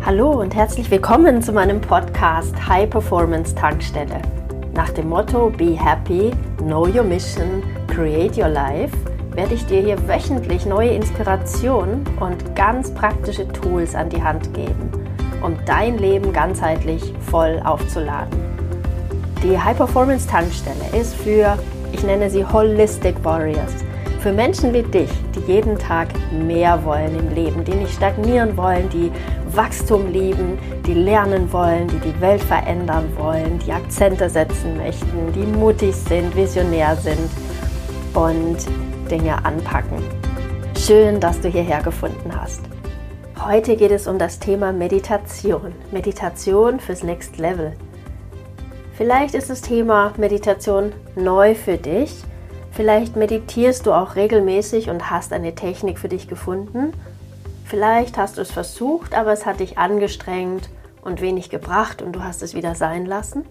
Hallo und herzlich willkommen zu meinem Podcast High Performance Tankstelle. Nach dem Motto Be Happy, Know Your Mission, Create Your Life werde ich dir hier wöchentlich neue Inspirationen und ganz praktische Tools an die Hand geben, um dein Leben ganzheitlich voll aufzuladen. Die High Performance Tankstelle ist für, ich nenne sie Holistic Warriors, für Menschen wie dich, die jeden Tag mehr wollen im Leben, die nicht stagnieren wollen, die Wachstum lieben, die lernen wollen, die die Welt verändern wollen, die Akzente setzen möchten, die mutig sind, visionär sind und Dinge anpacken. Schön, dass du hierher gefunden hast. Heute geht es um das Thema Meditation. Meditation fürs Next Level. Vielleicht ist das Thema Meditation neu für dich. Vielleicht meditierst du auch regelmäßig und hast eine Technik für dich gefunden. Vielleicht hast du es versucht, aber es hat dich angestrengt und wenig gebracht und du hast es wieder sein lassen.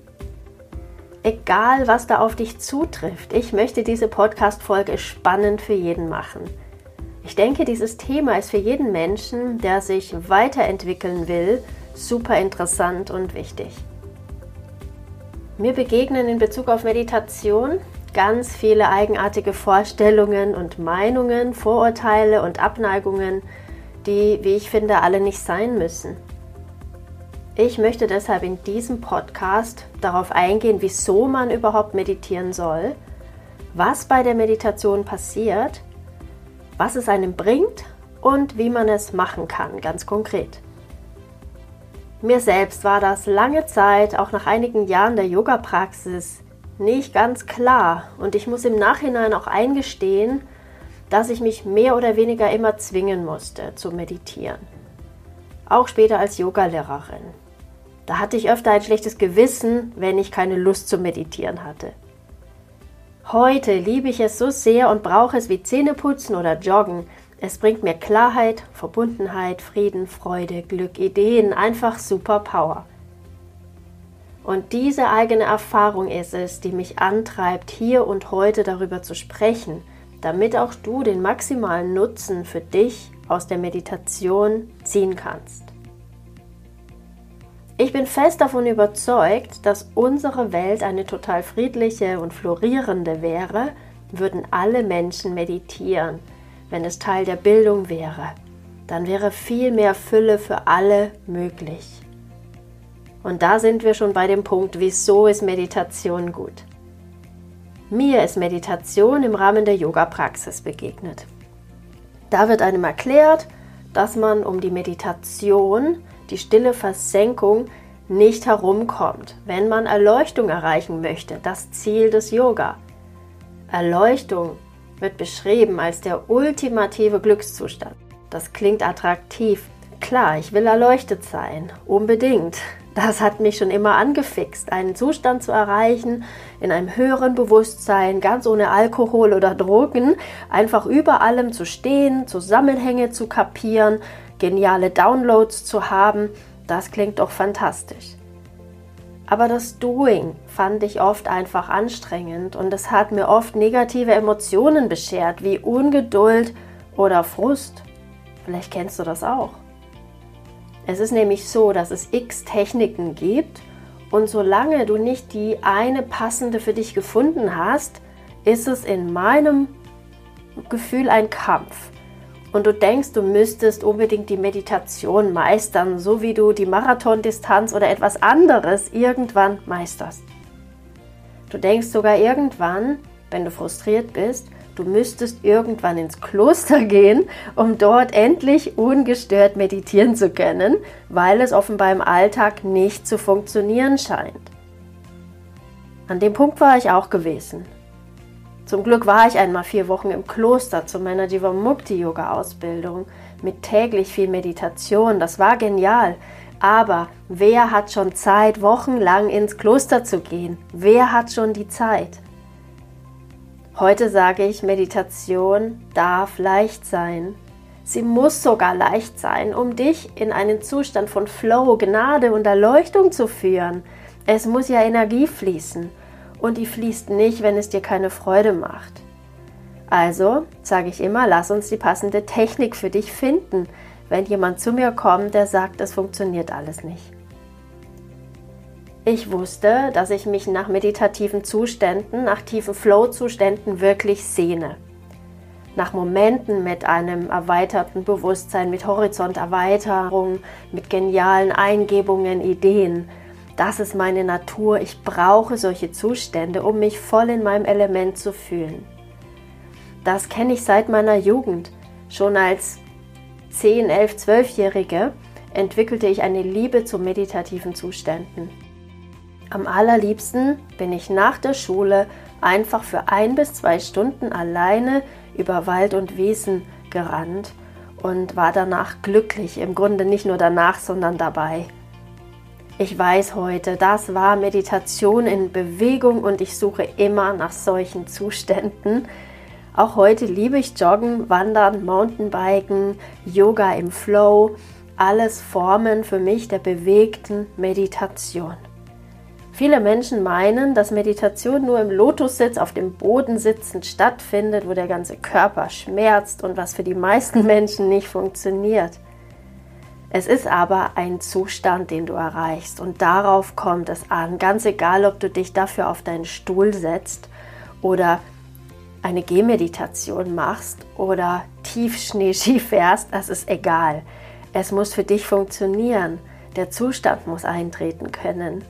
Egal, was da auf dich zutrifft, ich möchte diese Podcast-Folge spannend für jeden machen. Ich denke, dieses Thema ist für jeden Menschen, der sich weiterentwickeln will, super interessant und wichtig. Mir begegnen in Bezug auf Meditation ganz viele eigenartige Vorstellungen und Meinungen, Vorurteile und Abneigungen, die, wie ich finde, alle nicht sein müssen. Ich möchte deshalb in diesem Podcast darauf eingehen, wieso man überhaupt meditieren soll, was bei der Meditation passiert, was es einem bringt und wie man es machen kann, ganz konkret. Mir selbst war das lange Zeit, auch nach einigen Jahren der Yoga-Praxis, nicht ganz klar und ich muss im Nachhinein auch eingestehen, dass ich mich mehr oder weniger immer zwingen musste zu meditieren. Auch später als Yogalehrerin. Da hatte ich öfter ein schlechtes Gewissen, wenn ich keine Lust zum Meditieren hatte. Heute liebe ich es so sehr und brauche es wie Zähneputzen oder Joggen. Es bringt mir Klarheit, Verbundenheit, Frieden, Freude, Glück, Ideen, einfach super Power. Und diese eigene Erfahrung ist es, die mich antreibt, hier und heute darüber zu sprechen, damit auch du den maximalen Nutzen für dich aus der Meditation ziehen kannst. Ich bin fest davon überzeugt, dass unsere Welt eine total friedliche und florierende wäre, würden alle Menschen meditieren, wenn es Teil der Bildung wäre. Dann wäre viel mehr Fülle für alle möglich. Und da sind wir schon bei dem Punkt, wieso ist Meditation gut? Mir ist Meditation im Rahmen der Yoga-Praxis begegnet. Da wird einem erklärt, dass man um die Meditation, die stille Versenkung, nicht herumkommt, wenn man Erleuchtung erreichen möchte, das Ziel des Yoga. Erleuchtung wird beschrieben als der ultimative Glückszustand. Das klingt attraktiv. Klar, ich will erleuchtet sein, unbedingt. Das hat mich schon immer angefixt, einen Zustand zu erreichen, in einem höheren Bewusstsein, ganz ohne Alkohol oder Drogen, einfach über allem zu stehen, Zusammenhänge zu kapieren, geniale Downloads zu haben, das klingt doch fantastisch. Aber das Doing fand ich oft einfach anstrengend und es hat mir oft negative Emotionen beschert, wie Ungeduld oder Frust. Vielleicht kennst du das auch. Es ist nämlich so, dass es x Techniken gibt und solange du nicht die eine passende für dich gefunden hast, ist es in meinem Gefühl ein Kampf. Und du denkst, du müsstest unbedingt die Meditation meistern, so wie du die Marathondistanz oder etwas anderes irgendwann meisterst. Du denkst sogar irgendwann, wenn du frustriert bist, du müsstest irgendwann ins Kloster gehen, um dort endlich ungestört meditieren zu können, weil es offenbar im Alltag nicht zu funktionieren scheint. An dem Punkt war ich auch gewesen. Zum Glück war ich einmal 4 Wochen im Kloster zu meiner Jivamukti-Yoga-Ausbildung mit täglich viel Meditation. Das war genial. Aber wer hat schon Zeit, wochenlang ins Kloster zu gehen? Wer hat schon die Zeit? Heute sage ich, Meditation darf leicht sein. Sie muss sogar leicht sein, um dich in einen Zustand von Flow, Gnade und Erleuchtung zu führen. Es muss ja Energie fließen und die fließt nicht, wenn es dir keine Freude macht. Also sage ich immer, lass uns die passende Technik für dich finden, wenn jemand zu mir kommt, der sagt, es funktioniert alles nicht. Ich wusste, dass ich mich nach meditativen Zuständen, nach tiefen Flow-Zuständen wirklich sehne. Nach Momenten mit einem erweiterten Bewusstsein, mit Horizonterweiterung, mit genialen Eingebungen, Ideen. Das ist meine Natur. Ich brauche solche Zustände, um mich voll in meinem Element zu fühlen. Das kenne ich seit meiner Jugend. Schon als 10-, 11-, 12-Jährige entwickelte ich eine Liebe zu meditativen Zuständen. Am allerliebsten bin ich nach der Schule einfach für 1 bis 2 Stunden alleine über Wald und Wiesen gerannt und war danach glücklich. Im Grunde nicht nur danach, sondern dabei. Ich weiß heute, das war Meditation in Bewegung und ich suche immer nach solchen Zuständen. Auch heute liebe ich Joggen, Wandern, Mountainbiken, Yoga im Flow, alles Formen für mich der bewegten Meditation. Viele Menschen meinen, dass Meditation nur im Lotussitz auf dem Boden sitzend stattfindet, wo der ganze Körper schmerzt und was für die meisten Menschen nicht funktioniert. Es ist aber ein Zustand, den du erreichst und darauf kommt es an, ganz egal, ob du dich dafür auf deinen Stuhl setzt oder eine Gehmeditation machst oder Tiefschnee-Ski fährst, das ist egal. Es muss für dich funktionieren, der Zustand muss eintreten können.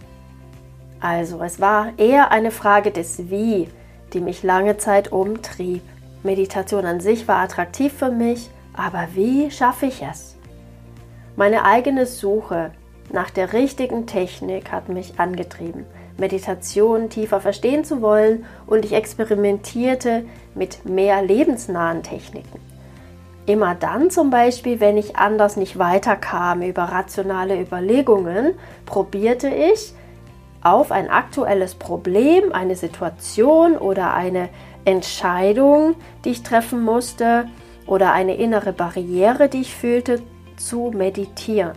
Also, es war eher eine Frage des Wie, die mich lange Zeit umtrieb. Meditation an sich war attraktiv für mich, aber wie schaffe ich es? Meine eigene Suche nach der richtigen Technik hat mich angetrieben, Meditation tiefer verstehen zu wollen und ich experimentierte mit mehr lebensnahen Techniken. Immer dann zum Beispiel, wenn ich anders nicht weiterkam über rationale Überlegungen, probierte ich, auf ein aktuelles Problem, eine Situation oder eine Entscheidung, die ich treffen musste oder eine innere Barriere, die ich fühlte, zu meditieren.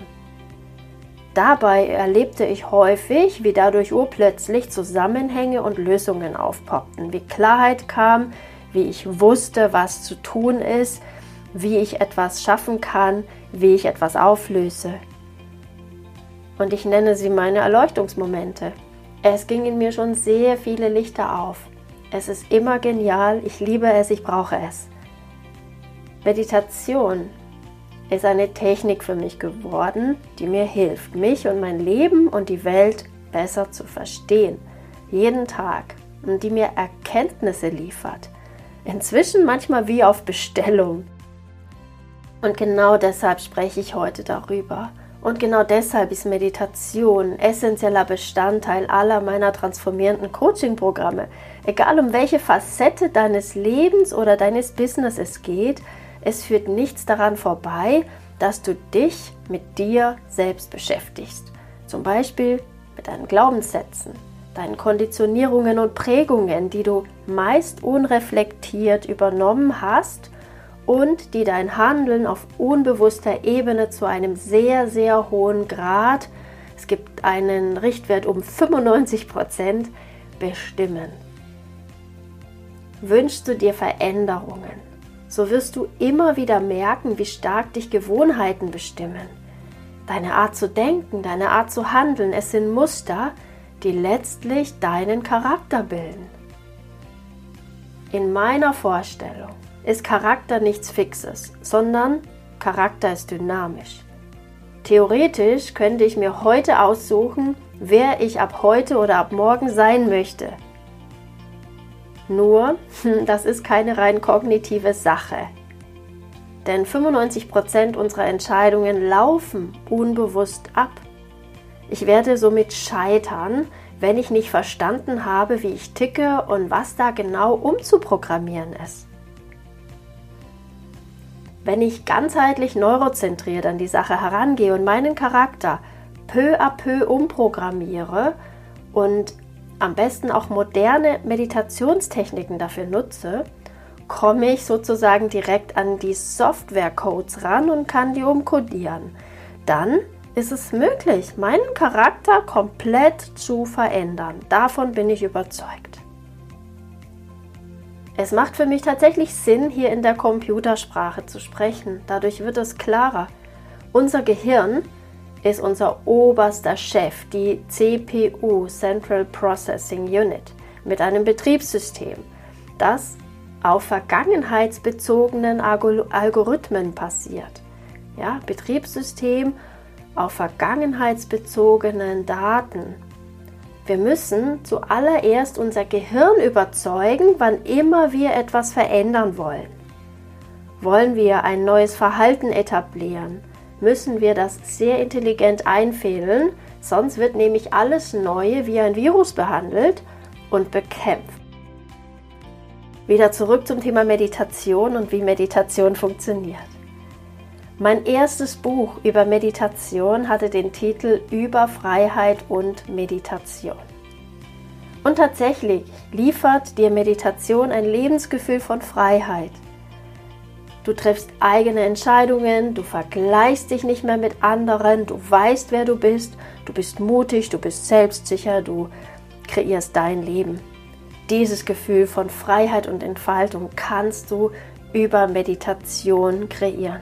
Dabei erlebte ich häufig, wie dadurch urplötzlich Zusammenhänge und Lösungen aufpoppten, wie Klarheit kam, wie ich wusste, was zu tun ist, wie ich etwas schaffen kann, wie ich etwas auflöse. Und ich nenne sie meine Erleuchtungsmomente. Es ging in mir schon sehr viele Lichter auf. Es ist immer genial, ich liebe es, ich brauche es. Meditation ist eine Technik für mich geworden, die mir hilft, mich und mein Leben und die Welt besser zu verstehen. Jeden Tag. Und die mir Erkenntnisse liefert. Inzwischen manchmal wie auf Bestellung. Und genau deshalb spreche ich heute darüber. Und genau deshalb ist Meditation essentieller Bestandteil aller meiner transformierenden Coaching-Programme. Egal um welche Facette deines Lebens oder deines Business es geht, es führt nichts daran vorbei, dass du dich mit dir selbst beschäftigst. Zum Beispiel mit deinen Glaubenssätzen, deinen Konditionierungen und Prägungen, die du meist unreflektiert übernommen hast und die dein Handeln auf unbewusster Ebene zu einem sehr, sehr hohen Grad, es gibt einen Richtwert um 95%, bestimmen. Wünschst du dir Veränderungen, so wirst du immer wieder merken, wie stark dich Gewohnheiten bestimmen. Deine Art zu denken, deine Art zu handeln, es sind Muster, die letztlich deinen Charakter bilden. In meiner Vorstellung ist Charakter nichts Fixes, sondern Charakter ist dynamisch. Theoretisch könnte ich mir heute aussuchen, wer ich ab heute oder ab morgen sein möchte. Nur, das ist keine rein kognitive Sache. Denn 95% unserer Entscheidungen laufen unbewusst ab. Ich werde somit scheitern, wenn ich nicht verstanden habe, wie ich ticke und was da genau umzuprogrammieren ist. Wenn ich ganzheitlich neurozentriert an die Sache herangehe und meinen Charakter peu à peu umprogrammiere und am besten auch moderne Meditationstechniken dafür nutze, komme ich sozusagen direkt an die Softwarecodes ran und kann die umkodieren. Dann ist es möglich, meinen Charakter komplett zu verändern. Davon bin ich überzeugt. Es macht für mich tatsächlich Sinn, hier in der Computersprache zu sprechen. Dadurch wird es klarer. Unser Gehirn ist unser oberster Chef, die CPU, Central Processing Unit, mit einem Betriebssystem, das auf vergangenheitsbezogenen Algorithmen basiert. Ja, Betriebssystem auf vergangenheitsbezogenen Daten. Wir müssen zuallererst unser Gehirn überzeugen, wann immer wir etwas verändern wollen. Wollen wir ein neues Verhalten etablieren, müssen wir das sehr intelligent einfädeln, sonst wird nämlich alles Neue wie ein Virus behandelt und bekämpft. Wieder zurück zum Thema Meditation und wie Meditation funktioniert. Mein erstes Buch über Meditation hatte den Titel Über Freiheit und Meditation. Und tatsächlich liefert dir Meditation ein Lebensgefühl von Freiheit. Du triffst eigene Entscheidungen, du vergleichst dich nicht mehr mit anderen, du weißt, wer du bist mutig, du bist selbstsicher, du kreierst dein Leben. Dieses Gefühl von Freiheit und Entfaltung kannst du über Meditation kreieren.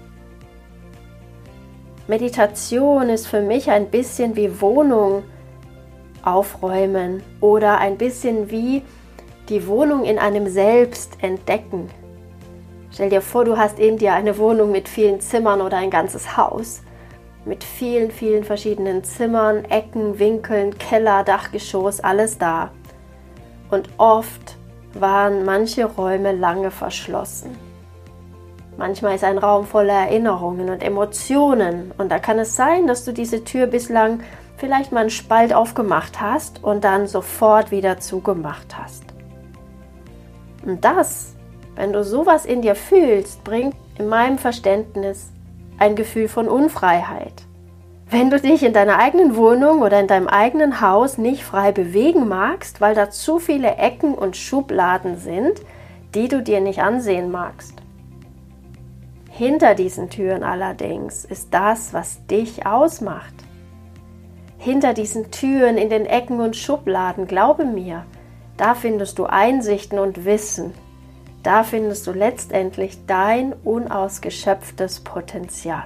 Meditation ist für mich ein bisschen wie Wohnung aufräumen oder ein bisschen wie die Wohnung in einem selbst entdecken. Stell dir vor, du hast in dir eine Wohnung mit vielen Zimmern oder ein ganzes Haus mit vielen, vielen verschiedenen Zimmern, Ecken, Winkeln, Keller, Dachgeschoss, alles da. Und oft waren manche Räume lange verschlossen. Manchmal ist ein Raum voller Erinnerungen und Emotionen und da kann es sein, dass du diese Tür bislang vielleicht mal einen Spalt aufgemacht hast und dann sofort wieder zugemacht hast. Und das, wenn du sowas in dir fühlst, bringt in meinem Verständnis ein Gefühl von Unfreiheit. Wenn du dich in deiner eigenen Wohnung oder in deinem eigenen Haus nicht frei bewegen magst, weil da zu viele Ecken und Schubladen sind, die du dir nicht ansehen magst. Hinter diesen Türen allerdings ist das, was dich ausmacht. Hinter diesen Türen in den Ecken und Schubladen, glaube mir, da findest du Einsichten und Wissen. Da findest du letztendlich dein unausgeschöpftes Potenzial.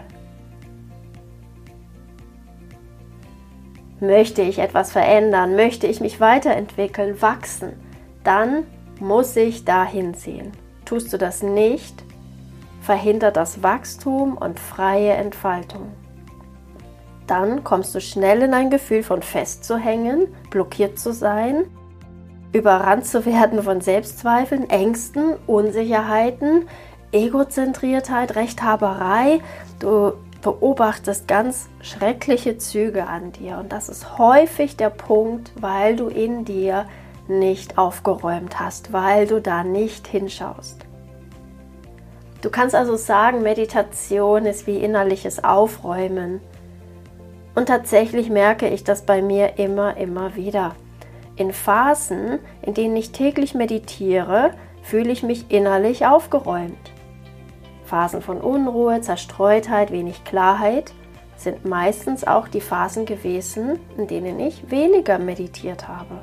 Möchte ich etwas verändern, möchte ich mich weiterentwickeln, wachsen, dann muss ich da hinsehen. Tust du das nicht, verhindert das Wachstum und freie Entfaltung. Dann kommst du schnell in ein Gefühl von festzuhängen, blockiert zu sein, überrannt zu werden von Selbstzweifeln, Ängsten, Unsicherheiten, Egozentriertheit, Rechthaberei. Du beobachtest ganz schreckliche Züge an dir und das ist häufig der Punkt, weil du in dir nicht aufgeräumt hast, weil du da nicht hinschaust. Du kannst also sagen, Meditation ist wie innerliches Aufräumen. Und tatsächlich merke ich das bei mir immer wieder. In Phasen, in denen ich täglich meditiere, fühle ich mich innerlich aufgeräumt. Phasen von Unruhe, Zerstreutheit, wenig Klarheit sind meistens auch die Phasen gewesen, in denen ich weniger meditiert habe.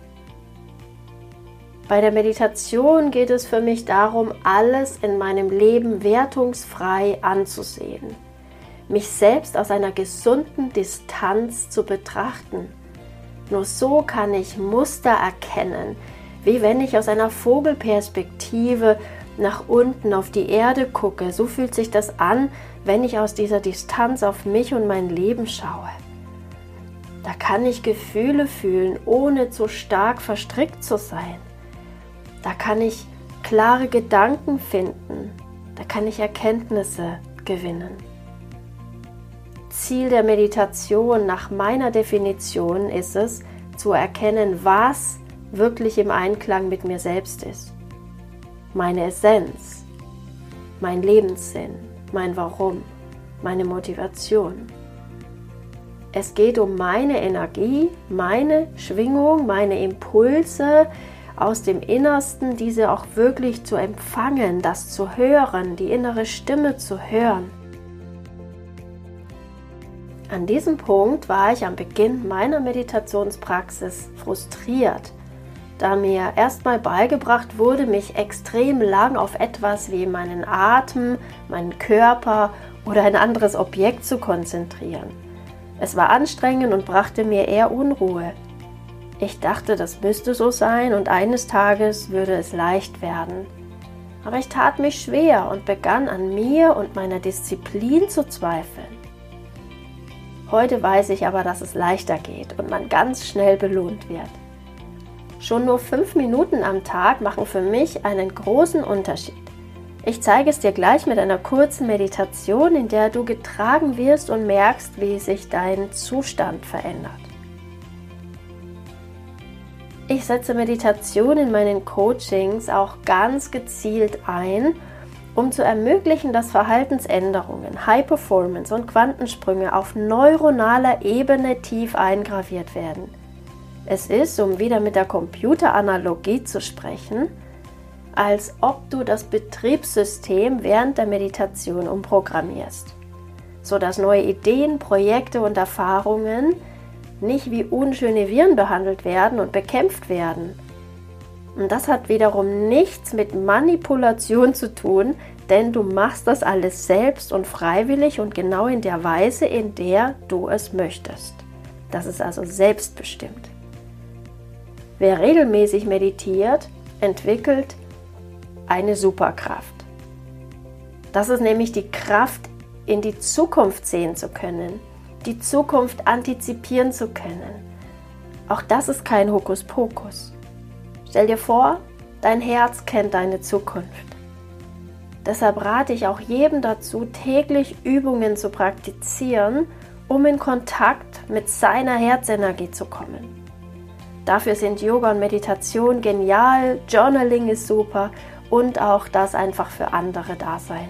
Bei der Meditation geht es für mich darum, alles in meinem Leben wertungsfrei anzusehen, mich selbst aus einer gesunden Distanz zu betrachten. Nur so kann ich Muster erkennen, wie wenn ich aus einer Vogelperspektive nach unten auf die Erde gucke. So fühlt sich das an, wenn ich aus dieser Distanz auf mich und mein Leben schaue. Da kann ich Gefühle fühlen, ohne zu stark verstrickt zu sein. Da kann ich klare Gedanken finden. Da kann ich Erkenntnisse gewinnen. Ziel der Meditation nach meiner Definition ist es, zu erkennen, was wirklich im Einklang mit mir selbst ist. Meine Essenz, mein Lebenssinn, mein Warum, meine Motivation. Es geht um meine Energie, meine Schwingung, meine Impulse aus dem Innersten, diese auch wirklich zu empfangen, das zu hören, die innere Stimme zu hören. An diesem Punkt war ich am Beginn meiner Meditationspraxis frustriert, da mir erstmal beigebracht wurde, mich extrem lang auf etwas wie meinen Atem, meinen Körper oder ein anderes Objekt zu konzentrieren. Es war anstrengend und brachte mir eher Unruhe. Ich dachte, das müsste so sein und eines Tages würde es leicht werden. Aber ich tat mich schwer und begann an mir und meiner Disziplin zu zweifeln. Heute weiß ich aber, dass es leichter geht und man ganz schnell belohnt wird. Schon nur 5 Minuten am Tag machen für mich einen großen Unterschied. Ich zeige es dir gleich mit einer kurzen Meditation, in der du getragen wirst und merkst, wie sich dein Zustand verändert. Ich setze Meditation in meinen Coachings auch ganz gezielt ein, um zu ermöglichen, dass Verhaltensänderungen, High Performance und Quantensprünge auf neuronaler Ebene tief eingraviert werden. Es ist, um wieder mit der Computeranalogie zu sprechen, als ob du das Betriebssystem während der Meditation umprogrammierst, sodass neue Ideen, Projekte und Erfahrungen nicht wie unschöne Viren behandelt werden und bekämpft werden. Und das hat wiederum nichts mit Manipulation zu tun, denn du machst das alles selbst und freiwillig und genau in der Weise, in der du es möchtest. Das ist also selbstbestimmt. Wer regelmäßig meditiert, entwickelt eine Superkraft. Das ist nämlich die Kraft, in die Zukunft sehen zu können, die Zukunft antizipieren zu können. Auch das ist kein Hokuspokus. Stell dir vor, dein Herz kennt deine Zukunft. Deshalb rate ich auch jedem dazu, täglich Übungen zu praktizieren, um in Kontakt mit seiner Herzenergie zu kommen. Dafür sind Yoga und Meditation genial, Journaling ist super und auch das einfach für andere da sein.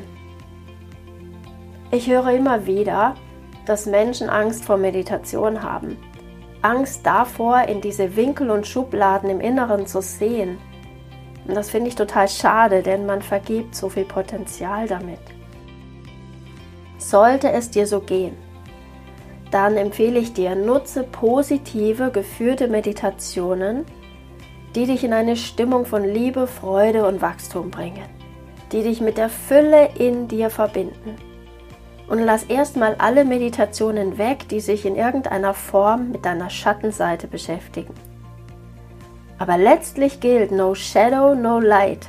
Ich höre immer wieder, dass Menschen Angst vor Meditation haben. Angst davor, in diese Winkel und Schubladen im Inneren zu sehen. Und das finde ich total schade, denn man vergibt so viel Potenzial damit. Sollte es dir so gehen, dann empfehle ich dir, nutze positive, geführte Meditationen, die dich in eine Stimmung von Liebe, Freude und Wachstum bringen, die dich mit der Fülle in dir verbinden. Und lass erstmal alle Meditationen weg, die sich in irgendeiner Form mit deiner Schattenseite beschäftigen. Aber letztlich gilt no shadow, no light.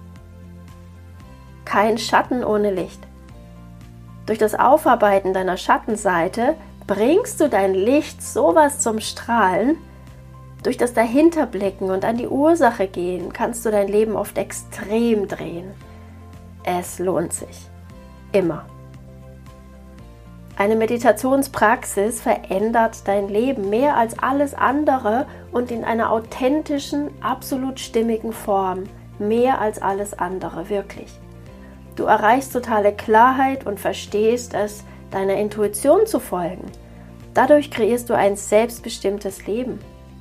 Kein Schatten ohne Licht. Durch das Aufarbeiten deiner Schattenseite bringst du dein Licht sowas zum Strahlen. Durch das Dahinterblicken und an die Ursache gehen, kannst du dein Leben oft extrem drehen. Es lohnt sich. Immer. Eine Meditationspraxis verändert dein Leben mehr als alles andere und in einer authentischen, absolut stimmigen Form. Mehr als alles andere, wirklich. Du erreichst totale Klarheit und verstehst es, deiner Intuition zu folgen. Dadurch kreierst du ein selbstbestimmtes Leben.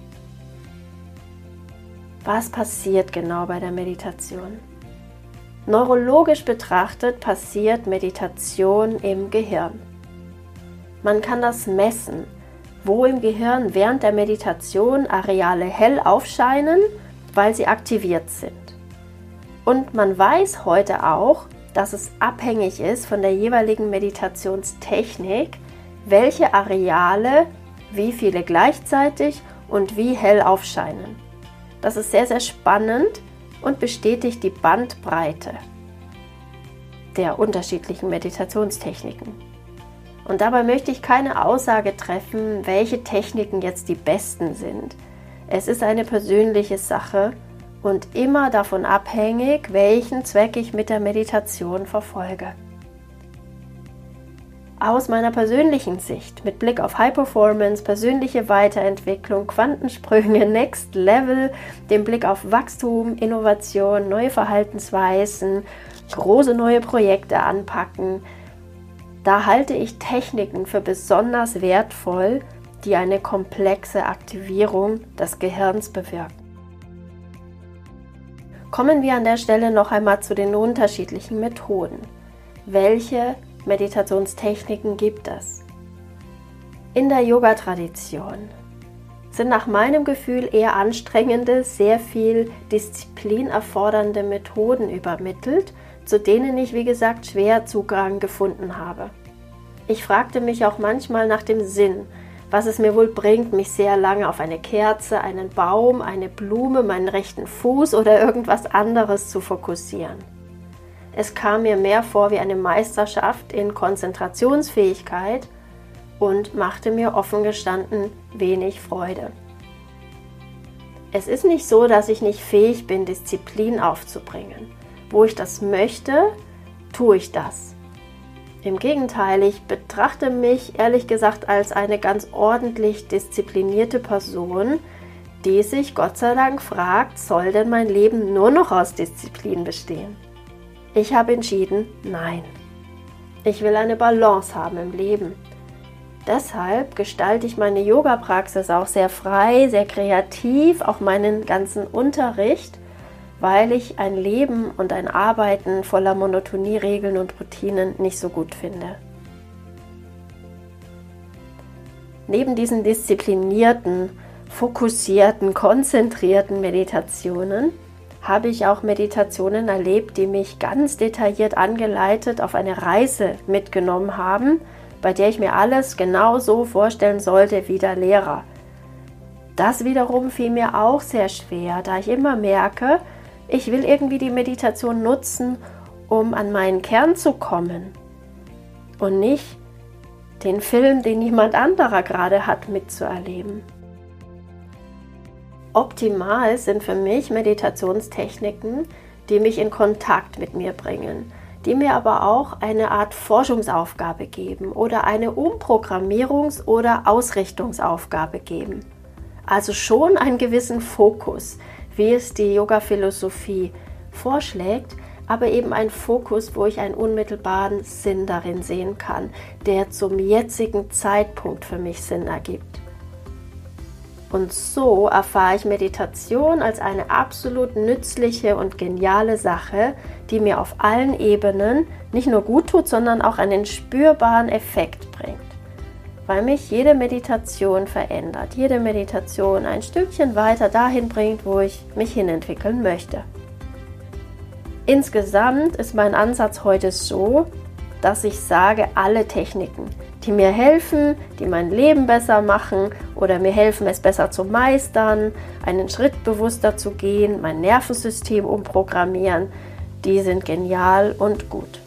Was passiert genau bei der Meditation? Neurologisch betrachtet passiert Meditation im Gehirn. Man kann das messen, wo im Gehirn während der Meditation Areale hell aufscheinen, weil sie aktiviert sind. Und man weiß heute auch, dass es abhängig ist von der jeweiligen Meditationstechnik, welche Areale, wie viele gleichzeitig und wie hell aufscheinen. Das ist sehr, sehr spannend und bestätigt die Bandbreite der unterschiedlichen Meditationstechniken. Und dabei möchte ich keine Aussage treffen, welche Techniken jetzt die besten sind. Es ist eine persönliche Sache und immer davon abhängig, welchen Zweck ich mit der Meditation verfolge. Aus meiner persönlichen Sicht, mit Blick auf High Performance, persönliche Weiterentwicklung, Quantensprünge, Next Level, den Blick auf Wachstum, Innovation, neue Verhaltensweisen, große neue Projekte anpacken, da halte ich Techniken für besonders wertvoll, die eine komplexe Aktivierung des Gehirns bewirken. Kommen wir an der Stelle noch einmal zu den unterschiedlichen Methoden. Welche Meditationstechniken gibt es? In der Yoga-Tradition sind nach meinem Gefühl eher anstrengende, sehr viel Disziplin erfordernde Methoden übermittelt, zu denen ich, wie gesagt, schwer Zugang gefunden habe. Ich fragte mich auch manchmal nach dem Sinn, was es mir wohl bringt, mich sehr lange auf eine Kerze, einen Baum, eine Blume, meinen rechten Fuß oder irgendwas anderes zu fokussieren. Es kam mir mehr vor wie eine Meisterschaft in Konzentrationsfähigkeit und machte mir offen gestanden wenig Freude. Es ist nicht so, dass ich nicht fähig bin, Disziplin aufzubringen. Wo ich das möchte, tue ich das. Im Gegenteil, ich betrachte mich ehrlich gesagt als eine ganz ordentlich disziplinierte Person, die sich Gott sei Dank fragt, soll denn mein Leben nur noch aus Disziplin bestehen? Ich habe entschieden, nein. Ich will eine Balance haben im Leben. Deshalb gestalte ich meine Yoga-Praxis auch sehr frei, sehr kreativ, auch meinen ganzen Unterricht, weil ich ein Leben und ein Arbeiten voller Monotonie, Regeln und Routinen nicht so gut finde. Neben diesen disziplinierten, fokussierten, konzentrierten Meditationen habe ich auch Meditationen erlebt, die mich ganz detailliert angeleitet auf eine Reise mitgenommen haben, bei der ich mir alles genau so vorstellen sollte wie der Lehrer. Das wiederum fiel mir auch sehr schwer, da ich immer merke, ich will irgendwie die Meditation nutzen, um an meinen Kern zu kommen und nicht den Film, den niemand anderer gerade hat, mitzuerleben. Optimal sind für mich Meditationstechniken, die mich in Kontakt mit mir bringen, die mir aber auch eine Art Forschungsaufgabe geben oder eine Umprogrammierungs- oder Ausrichtungsaufgabe geben. Also schon einen gewissen Fokus, wie es die Yoga-Philosophie vorschlägt, aber eben ein Fokus, wo ich einen unmittelbaren Sinn darin sehen kann, der zum jetzigen Zeitpunkt für mich Sinn ergibt. Und so erfahre ich Meditation als eine absolut nützliche und geniale Sache, die mir auf allen Ebenen nicht nur gut tut, sondern auch einen spürbaren Effekt bringt. Weil mich jede Meditation verändert, jede Meditation ein Stückchen weiter dahin bringt, wo ich mich hinentwickeln möchte. Insgesamt ist mein Ansatz heute so, dass ich sage, alle Techniken, die mir helfen, die mein Leben besser machen oder mir helfen, es besser zu meistern, einen Schritt bewusster zu gehen, mein Nervensystem umprogrammieren, die sind genial und gut.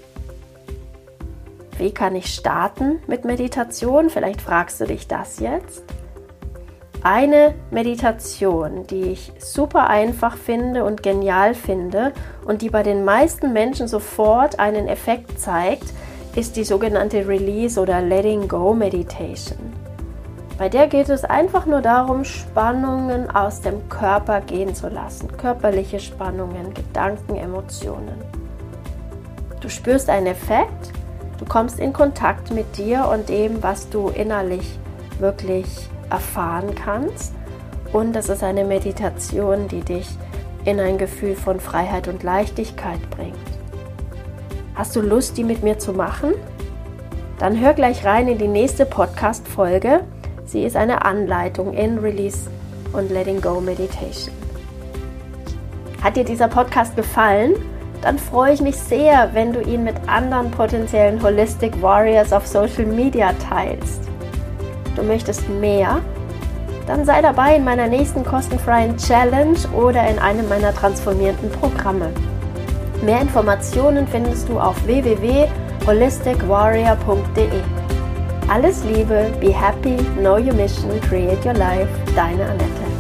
Wie kann ich starten mit Meditation? Vielleicht fragst du dich das jetzt. Eine Meditation, die ich super einfach finde und genial finde und die bei den meisten Menschen sofort einen Effekt zeigt, ist die sogenannte Release oder Letting Go Meditation. Bei der geht es einfach nur darum, Spannungen aus dem Körper gehen zu lassen. Körperliche Spannungen, Gedanken, Emotionen. Du spürst einen Effekt, du kommst in Kontakt mit dir und dem, was du innerlich wirklich erfahren kannst. Und das ist eine Meditation, die dich in ein Gefühl von Freiheit und Leichtigkeit bringt. Hast du Lust, die mit mir zu machen? Dann hör gleich rein in die nächste Podcast-Folge. Sie ist eine Anleitung in Release und Letting Go Meditation. Hat dir dieser Podcast gefallen? Dann freue ich mich sehr, wenn du ihn mit anderen potenziellen Holistic Warriors auf Social Media teilst. Du möchtest mehr? Dann sei dabei in meiner nächsten kostenfreien Challenge oder in einem meiner transformierenden Programme. Mehr Informationen findest du auf www.holisticwarrior.de. Alles Liebe, be happy, know your mission, create your life, deine Annette.